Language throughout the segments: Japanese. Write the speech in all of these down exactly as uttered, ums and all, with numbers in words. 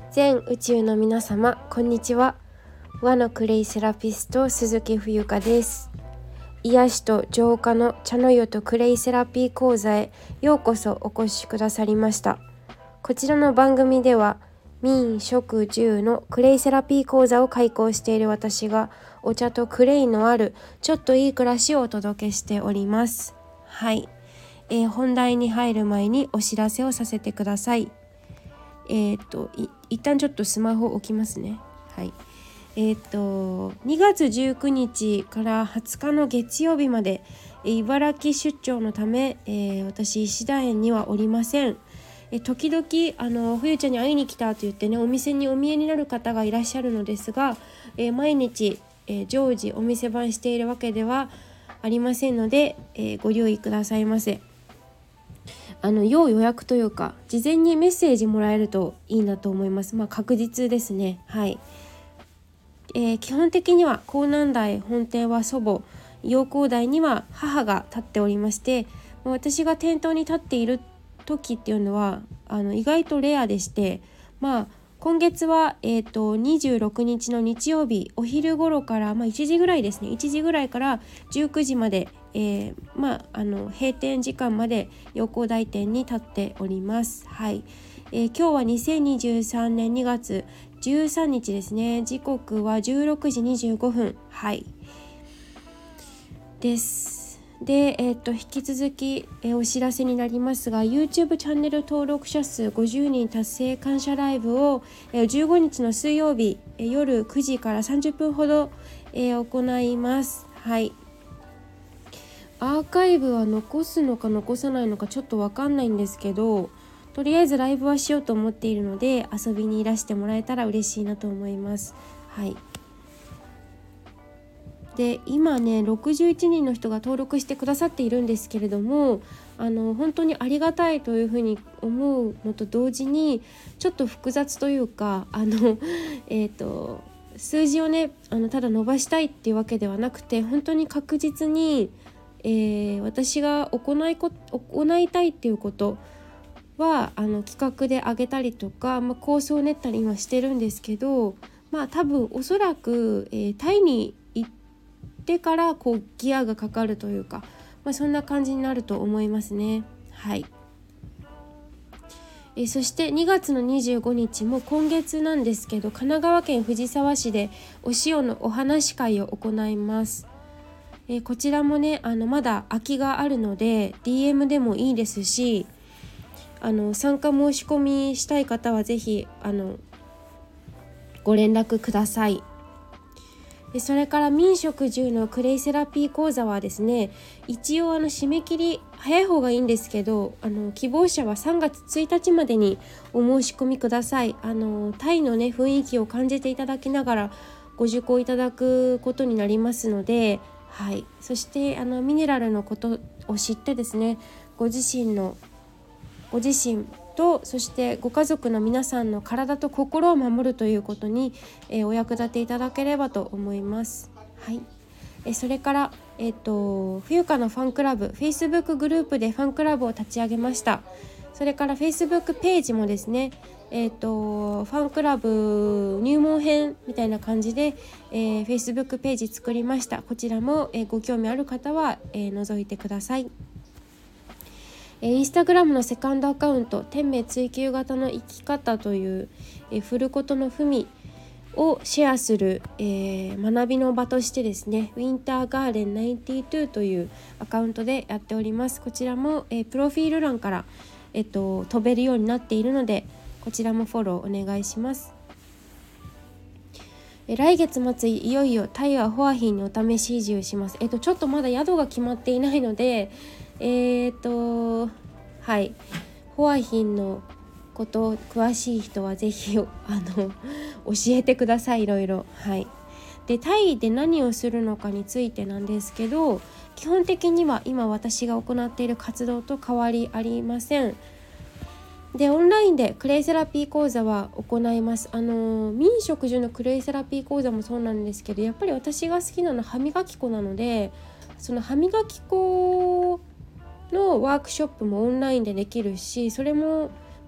全宇宙の皆様、こんにちは。和のクレイセラピスト鈴木冬香です。癒しと浄化の茶の湯とクレイセラピー講座へようこそお越しくださりました。こちらの番組では民食住のクレイセラピー講座を開講している私がお茶とクレイのあるちょっといい暮らしをお届けしております。はい、えー、本題に入る前にお知らせをさせてください。えー、っと一旦ちょっとスマホ置きますね。はい。えー、っとにがつじゅうくにちからはつかの月曜日まで茨城出張のため、えー、私石田園にはおりません。え時々あの冬ちゃんに会いに来たと言ってね、お店にお見えになる方がいらっしゃるのですが、えー、毎日、えー、常時お店番しているわけではありませんので、えー、ご留意くださいませ。あの要予約というか事前にメッセージもらえるといいなと思います。まあ確実ですね。はい、えー、基本的には港南台本店は祖母、陽光台には母が立っておりまして、私が店頭に立っている時っていうのはあの意外とレアでして、まあ今月は、えー、とにじゅうろくにちの日曜日お昼頃から、まあ、いちじぐらいですねいちじぐらいからじゅうくじまで、えーまあ、あの閉店時間まで陽光台店に立っております。はい、えー、今日はにせんにじゅうさんねんにがつじゅうさんにちですね。時刻はじゅうろくじにじゅうごふん、はいですで、えー、と引き続き、えー、お知らせになりますが YouTube チャンネル登録者数ごじゅうにん達成感謝ライブを、えー、じゅうごにちの水曜日、えー、夜くじからさんじゅっぷんほど、えー、行います。はい、アーカイブは残すのか残さないのかちょっとわかんないんですけど、とりあえずライブはしようと思っているので遊びにいらしてもらえたら嬉しいなと思います。はい、で今ねろくじゅういちにんの人が登録してくださっているんですけれども、あの本当にありがたいというふうに思うのと同時にちょっと複雑というか、あのえーと数字をねあのただ伸ばしたいっていうわけではなくて、本当に確実に、えー、私が行いこ行いたいっていうことはあの企画であげたりとか、まあ、構想を練ったり今してるんですけど、まあ多分おそらく、えー、タイに行ってからこうギアがかかるというか、まあ、そんな感じになると思いますね。はい、えー、そしてにがつのにじゅうごにちも今月なんですけど、神奈川県藤沢市でお塩のお話会を行います。えー、こちらもねあのまだ空きがあるので ディーエム でもいいですし、あの参加申し込みしたい方はぜひあのご連絡ください。でそれから民食住のクレイセラピー講座はですね、一応あの締め切り早い方がいいんですけど、あの希望者はさんがつついたちまでにお申し込みください。あのタイのね雰囲気を感じていただきながらご受講いただくことになりますので、はい、そしてあのミネラルのことを知ってですね、ご自身のご自身とそしてご家族の皆さんの体と心を守るということに、えー、お役立ていただければと思います。はい、えそれから、えー、と冬香のファンクラブ Facebook グループでファンクラブを立ち上げました。それから Facebook ページもですね、えー、とファンクラブ入門編みたいな感じで、えー、Facebook ページ作りました。こちらも、えー、ご興味ある方は、えー、覗いてください。インスタグラムのセカンドアカウント天命追求型の生き方という、え振ることの文をシェアする、えー、学びの場としてですね、ウィンターガーデンナインティーツーというアカウントでやっております。こちらも、えー、プロフィール欄から、えっと、飛べるようになっているので、こちらもフォローお願いします。え来月末いよいよタイはホアヒンにお試し移住します。えっとちょっとまだ宿が決まっていないので、えー、っとはいホアヒンのこと詳しい人はぜひあの教えてください。いろいろ。はい。でタイで何をするのかについてなんですけど、基本的には今私が行っている活動と変わりありません。でオンラインでクレイセラピー講座は行います。あの民食住のクレイセラピー講座もそうなんですけど、やっぱり私が好きなのは歯磨き粉なので、その歯磨き粉のワークショップもオンラインでできるし、それも、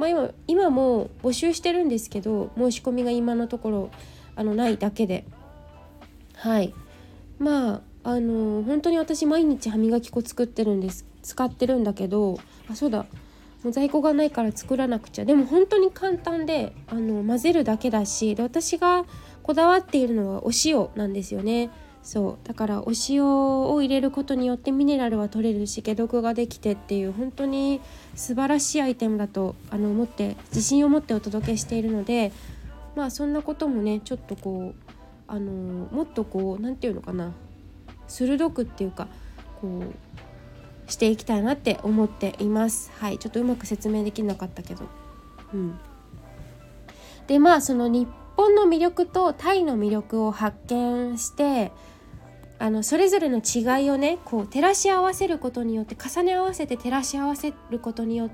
まあ、今, 今も募集してるんですけど、申し込みが今のところあのないだけで、はいまああの本当に私毎日歯磨き粉作ってるんです使ってるんだけど、あそうだもう在庫がないから作らなくちゃ。でも本当に簡単で、あの混ぜるだけだし、で私がこだわっているのはお塩なんですよね。そうだからお塩を入れることによってミネラルは取れるし、解毒ができてっていう、本当に素晴らしいアイテムだとあの思って自信を持ってお届けしているので、まあそんなこともねちょっとこうあのもっとこうなんていうのかな、鋭くっていうかこうしていきたいなって思っています。はい、ちょっとうまく説明できなかったけど、うん、でまあその日本の魅力とタイの魅力を発見して、あのそれぞれの違いをねこう照らし合わせることによって、重ね合わせて照らし合わせることによって、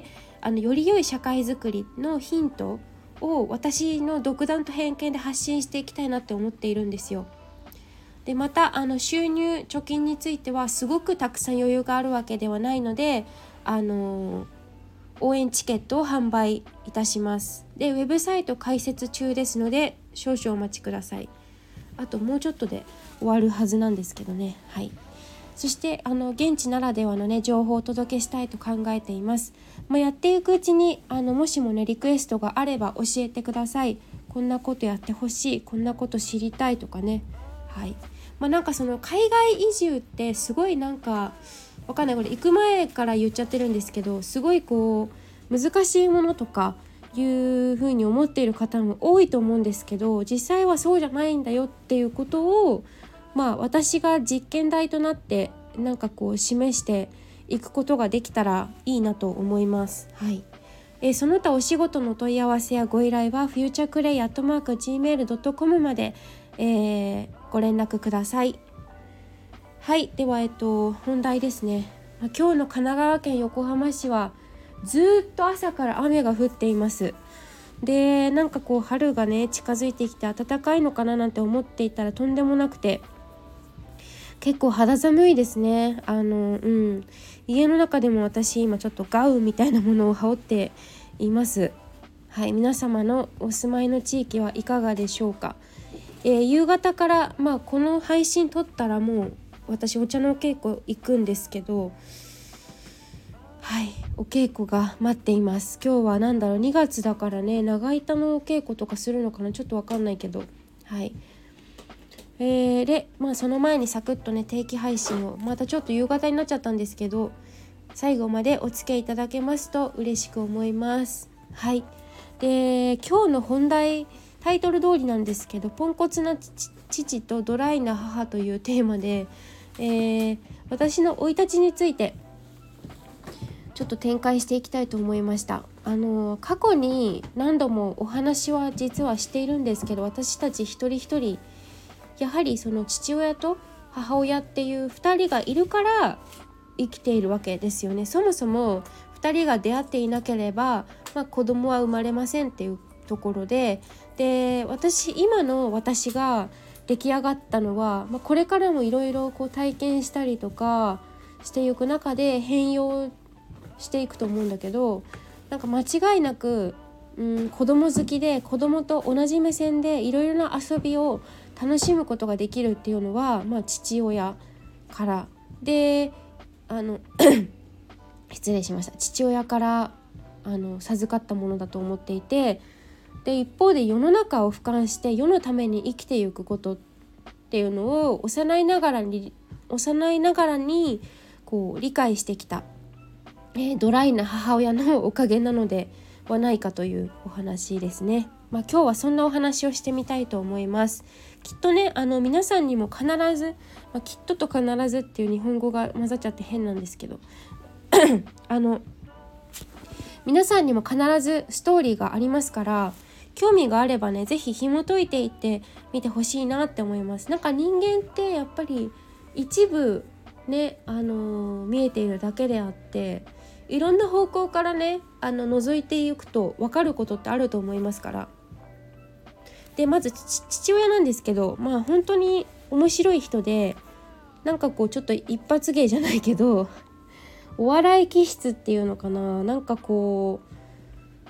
あのより良い社会づくりのヒントを私の独断と偏見で発信していきたいなって思っているんですよ。でまたあの収入貯金についてはすごくたくさん余裕があるわけではないので、あの応援チケットを販売いたします。でウェブサイト開設中ですので少々お待ちください。あともうちょっとで終わるはずなんですけどね。はい。そしてあの現地ならではのね情報をお届けしたいと考えています。まあ、やっていくうちにあのもしもねリクエストがあれば教えてください。こんなことやってほしい、こんなこと知りたいとかね。はい。まあ、なんかその海外移住ってすごいなんかわかんない、これ行く前から言っちゃってるんですけど、すごいこう難しいものとかいう風に思っている方も多いと思うんですけど、実際はそうじゃないんだよっていうことを、まあ私が実験台となってなんかこう示していくことができたらいいなと思います。はい。えー、その他お仕事の問い合わせやご依頼は フューチャークレイアットマークジーメールドットコム まで、えー、ご連絡ください。はい、ではえっと本題ですね。まあ、今日の神奈川県横浜市はずっと朝から雨が降っています。でなんかこう春がね近づいてきて暖かいのかななんて思っていたらとんでもなくて、結構肌寒いですね。あのうん家の中でも私今ちょっとガウンみたいなものを羽織っています。はい、皆様のお住まいの地域はいかがでしょうか。えー、夕方から、まあ、この配信撮ったらもう私お茶のお稽古行くんですけど、はいお稽古が待っています。今日はなんだろうにがつだからね、長板のお稽古とかするのかな、ちょっとわかんないけど、はいえー、でまあその前にサクッとね定期配信を、またちょっと夕方になっちゃったんですけど、最後までお付き合いいただけますと嬉しく思います。はい。で今日の本題タイトル通りなんですけど、ポンコツな父とドライな母というテーマで、えー、私の生い立ちについてちょっと展開していきたいと思いました。あの過去に何度もお話は実はしているんですけど、私たち一人一人やはりその父親と母親っていうふたりがいるから生きているわけですよね。そもそもふたりが出会っていなければ、まあ、子供は生まれませんっていうところで、で私今の私が出来上がったのは、まあ、これからもいろいろ体験したりとかしていく中で変容していくと思うんだけど、なんか間違いなく、うん、子供好きで子供と同じ目線でいろいろな遊びを楽しむことができるっていうのは、まあ、父親からであの失礼しました父親からあの授かったものだと思っていて、で一方で世の中を俯瞰して世のために生きていくことっていうのを幼いながらに幼いながらにこう理解してきた、えー、ドライな母親のおかげなのではないかというお話ですね。まあ、今日はそんなお話をしてみたいと思います。きっとねあの皆さんにも必ず、まあ、きっとと必ずっていう日本語が混ざっちゃって変なんですけどあの皆さんにも必ずストーリーがありますから、興味があればねぜひ紐解いていってみてほしいなって思います。なんか人間ってやっぱり一部ね、あのー、見えているだけであって、いろんな方向からねあの覗いていくと分かることってあると思いますから。でまず父親なんですけど、まあ本当に面白い人で、なんかこうちょっと一発芸じゃないけどお笑い気質っていうのかな、なんかこ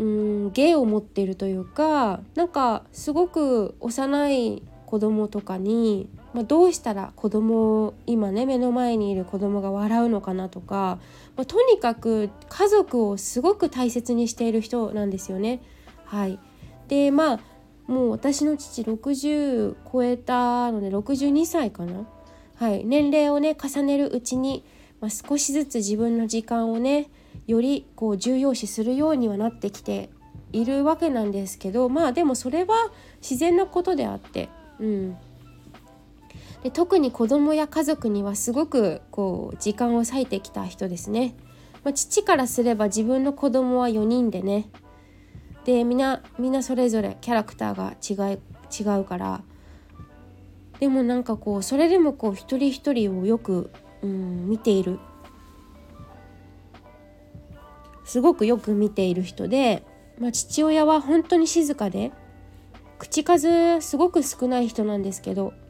うん芸を持っているというか、なんかすごく幼い子供とかに、まあ、どうしたら子供を今ね目の前にいる子供が笑うのかなとか、まあ、とにかく家族をすごく大切にしている人なんですよね。はい。でまあもう私の父ろくじゅう超えたのでろくじゅうにさいかな。はい。年齢をね重ねるうちに、まあ、少しずつ自分の時間をねよりこう重要視するようにはなってきているわけなんですけど、まあでもそれは自然なことであって、うん、で特に子供や家族にはすごくこう時間を割いてきた人ですね。まあ、父からすれば自分の子供はよにんでね、でみんなみんなそれぞれキャラクターが違い違うから、でもなんかこうそれでもこう一人一人をよく、うん、見ている、すごくよく見ている人で、まあ、父親は本当に静かで口数すごく少ない人なんですけど、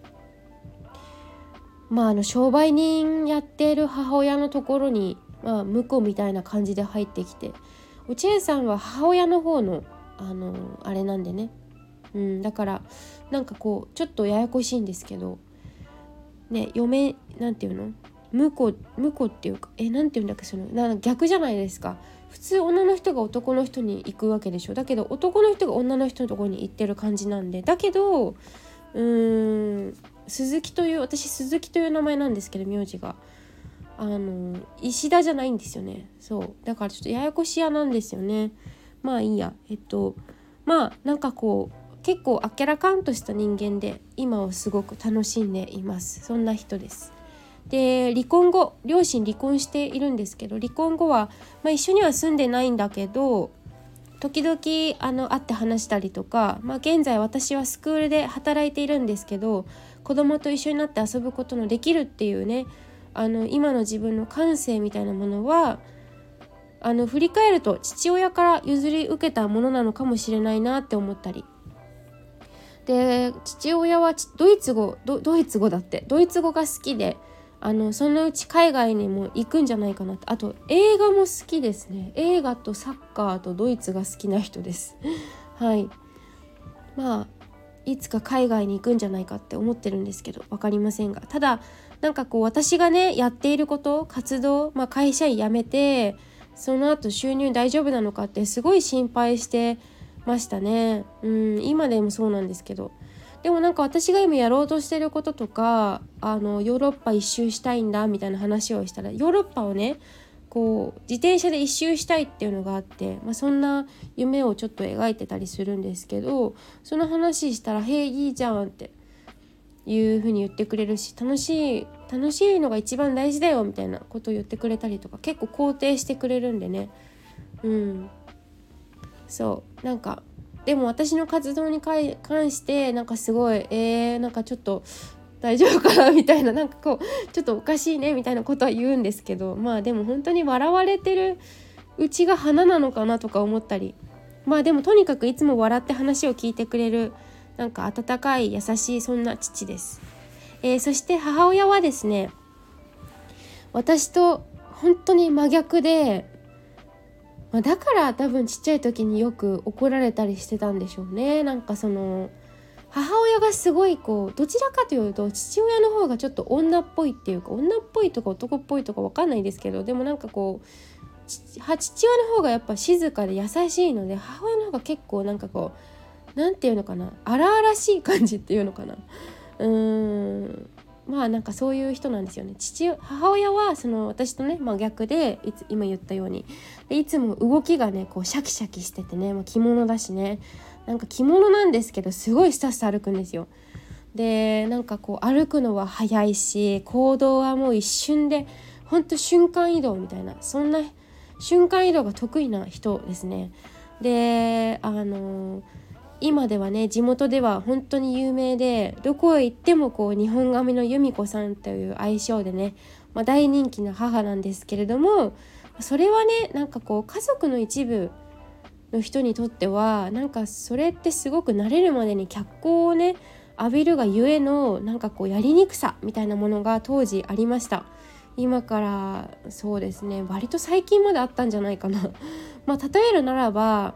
まあ、あの商売人やっている母親のところに、まあ、婿みたいな感じで入ってきて、おちえさんは母親の方のあのあれなんでね、うん、だからなんかこうちょっとややこしいんですけどね、嫁なんていうの婿婿っていうかえなんていうんだっけ、そのな逆じゃないですか。普通女の人が男の人に行くわけでしょ。だけど男の人が女の人のところに行ってる感じなんで、だけどうーん鈴木という私鈴木という名前なんですけど、名字があの石田じゃないんですよね。そうだからちょっとややこしやなんですよね。まあいいや。えっとまあなんかこう結構あっけらかんとした人間で今をすごく楽しんでいます。そんな人です。で離婚後両親離婚しているんですけど、離婚後は、まあ、一緒には住んでないんだけど時々あの会って話したりとか、まあ、現在私はスクールで働いているんですけど、子供と一緒になって遊ぶことのできるっていうね、あの今の自分の感性みたいなものはあの振り返ると父親から譲り受けたものなのかもしれないなって思ったり、で父親はドイツ語 ド, ドイツ語だってドイツ語が好きで、あのそのうち海外にも行くんじゃないかなって。あと映画も好きですね。映画とサッカーとドイツが好きな人ですはい。まあいつか海外に行くんじゃないかって思ってるんですけど、分かりませんが、ただなんかこう私がねやっていること活動、まあ、会社員辞めてその後収入大丈夫なのかってすごい心配してましたね。うん今でもそうなんですけど、でもなんか私が今やろうとしてることとか、あのヨーロッパ一周したいんだみたいな話をしたら、ヨーロッパをねこう自転車で一周したいっていうのがあって、まあ、そんな夢をちょっと描いてたりするんですけど、その話したら「へえいいじゃん」っていう風に言ってくれるし、楽しい楽しいのが一番大事だよみたいなことを言ってくれたりとか、結構肯定してくれるんでね。うんそうなんかでも私の活動に関してなんかすごいえー、なんかちょっと大丈夫かなみたいな、なんかこうちょっとおかしいねみたいなことは言うんですけど、まあでも本当に笑われてるうちが花なのかなとか思ったり、まあでもとにかくいつも笑って話を聞いてくれるなんか温かい優しいそんな父です。えー、そして母親はですね、私と本当に真逆で、まあ、だから多分ちっちゃい時によく怒られたりしてたんでしょうね。なんかその母親がすごいこうどちらかというと父親の方がちょっと女っぽいっていうか、女っぽいとか男っぽいとか分かんないですけど、でもなんかこう父親の方がやっぱ静かで優しいので、母親の方が結構なんかこうなんていうのかな、荒々しい感じっていうのかな、うーんまあなんかそういう人なんですよね。父母親はその私とね、まあ、逆でいつ今言ったようにでいつも動きがねこうシャキシャキしててね、まあ、着物だしね、なんか着物なんですけどすごいスタスタ歩くんですよ。でなんかこう歩くのは速いし、行動はもう一瞬でほんと瞬間移動みたいな、そんな瞬間移動が得意な人ですね。であの今ではね地元では本当に有名で、どこへ行ってもこう日本髪の由美子さんという愛称でね、まあ、大人気な母なんですけれども、それはねなんかこう家族の一部の人にとってはなんかそれってすごく慣れるまでに脚光をね浴びるがゆえのなんかこうやりにくさみたいなものが当時ありました。今からそうですね割と最近まであったんじゃないかなまあ例えるならば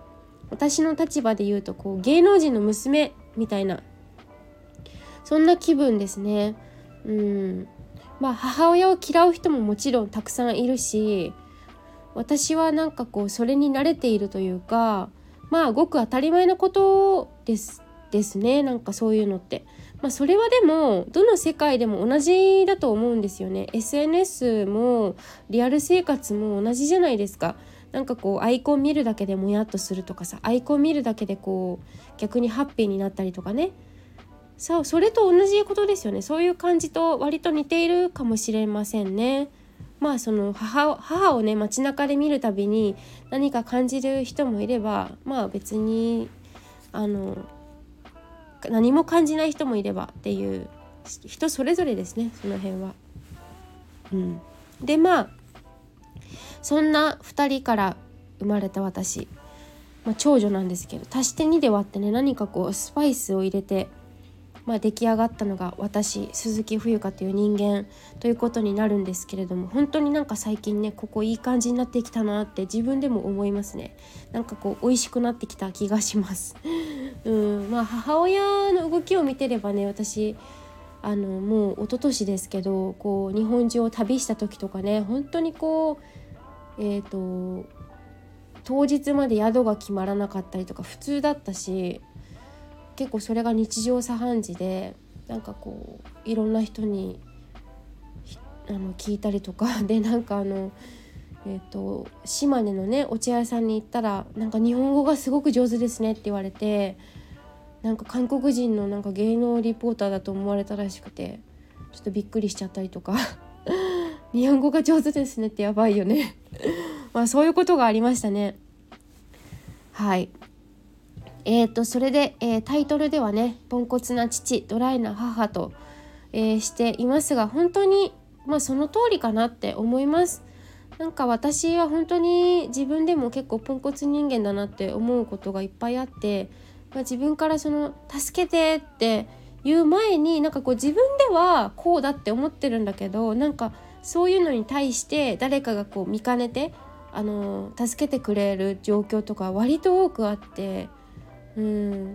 私の立場で言うとこう芸能人の娘みたいな、そんな気分ですね。うん、まあ母親を嫌う人ももちろんたくさんいるし、私はなんかこうそれに慣れているというか、まあごく当たり前なことですですね。なんかそういうのって、まあ、それはでもどの世界でも同じだと思うんですよね。 エスエヌエス もリアル生活も同じじゃないですか。なんかこうアイコン見るだけでもやっとするとかさ、アイコン見るだけでこう逆にハッピーになったりとかね。そう、それと同じことですよね。そういう感じと割と似ているかもしれませんね。まあその 母, 母をね街中で見るたびに何か感じる人もいれば、まあ別にあの何も感じない人もいればっていう、人それぞれですね、その辺は。うん、でまあそんなふたりから生まれた私、まあ、長女なんですけど、足してにで割ってね、何かこうスパイスを入れて、まあ、出来上がったのが私鈴木冬香という人間ということになるんですけれども、本当になんか最近ねここいい感じになってきたなって自分でも思いますね。なんかこう美味しくなってきた気がしますうんまあ母親の動きを見てればね、私あのもう一昨年ですけど、こう日本中を旅した時とかね、本当にこうえっと当日まで宿が決まらなかったりとか普通だったし、結構それが日常茶飯事で、なんかこういろんな人にあの聞いたりとかで、なんかあのえっと島根のねお茶屋さんに行ったら、なんか日本語がすごく上手ですねって言われて、なんか韓国人のなんか芸能リポーターだと思われたらしくて、ちょっとびっくりしちゃったりとか日本語が上手ですねってやばいよねまあそういうことがありましたね。はい。えー、とそれで、えー、タイトルではね、ポンコツな父ドライな母と、えー、していますが、本当に、まあ、その通りかなって思います。なんか私は本当に自分でも結構ポンコツ人間だなって思うことがいっぱいあって、まあ、自分からその助けてって言う前に、なんかこう自分ではこうだって思ってるんだけど、なんかそういうのに対して誰かがこう見かねてあの助けてくれる状況とか割と多くあって、うん、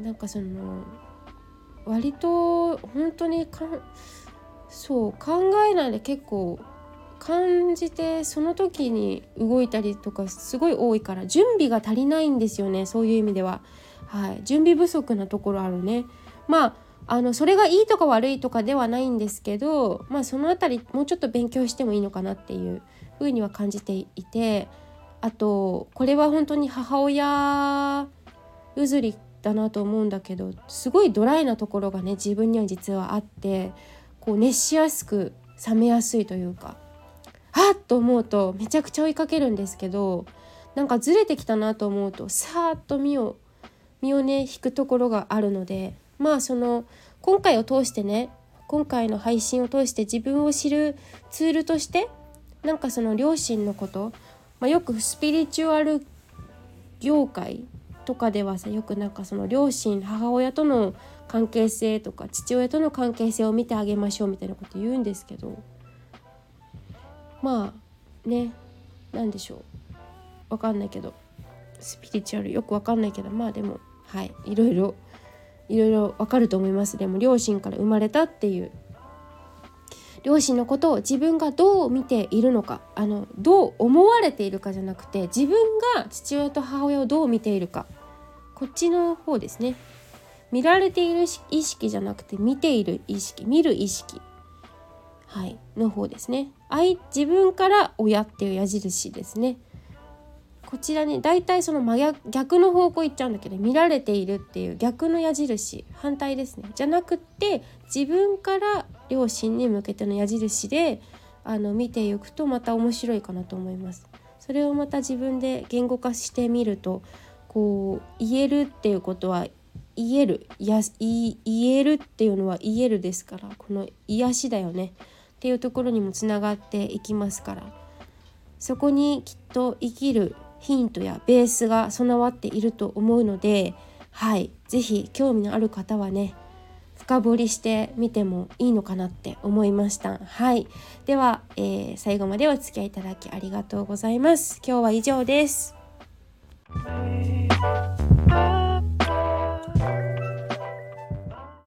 なんかその割と本当にかんそう考えないで結構感じて、その時に動いたりとかすごい多いから、準備が足りないんですよね。そういう意味では、はい、準備不足なところあるね。まああのそれがいいとか悪いとかではないんですけど、まあそのあたりもうちょっと勉強してもいいのかなっていうふうには感じていて、あとこれは本当に母親譲りだなと思うんだけど、すごいドライなところがね自分には実はあって、こう熱しやすく冷めやすいというか、はっと思うとめちゃくちゃ追いかけるんですけど、なんかずれてきたなと思うとさーっと身を身をね引くところがあるので、まあその今回を通してね今回の配信を通して自分を知るツールとして、なんかその両親のこと、まあ、よくスピリチュアル業界とかではさ、よくなんかその両親母親との関係性とか父親との関係性を見てあげましょうみたいなこと言うんですけど、まあね、なんでしょう、わかんないけど、スピリチュアルよくわかんないけど、まあでもはいいろいろいろいろわかると思います。でも両親から生まれたっていう、両親のことを自分がどう見ているのか、あのどう思われているかじゃなくて、自分が父親と母親をどう見ているか、こっちの方ですね。見られている意識じゃなくて見ている意識、見る意識、はい、の方ですね。愛自分から親っていう矢印ですね。こちらにだいたいその真逆、逆の方向行っちゃうんだけど、見られているっていう逆の矢印、反対ですね。じゃなくって自分から両親に向けての矢印であの見ていくとまた面白いかなと思います。それをまた自分で言語化してみると、こう言えるっていうことは言える、いや言えるっていうのは言えるですから、この癒しだよねっていうところにもつながっていきますから、そこにきっと生きるヒントやベースが備わっていると思うので、はい、ぜひ興味のある方はね深掘りしてみてもいいのかなって思いました。はい、では、えー、最後までお付き合いいただきありがとうございます。今日は以上です。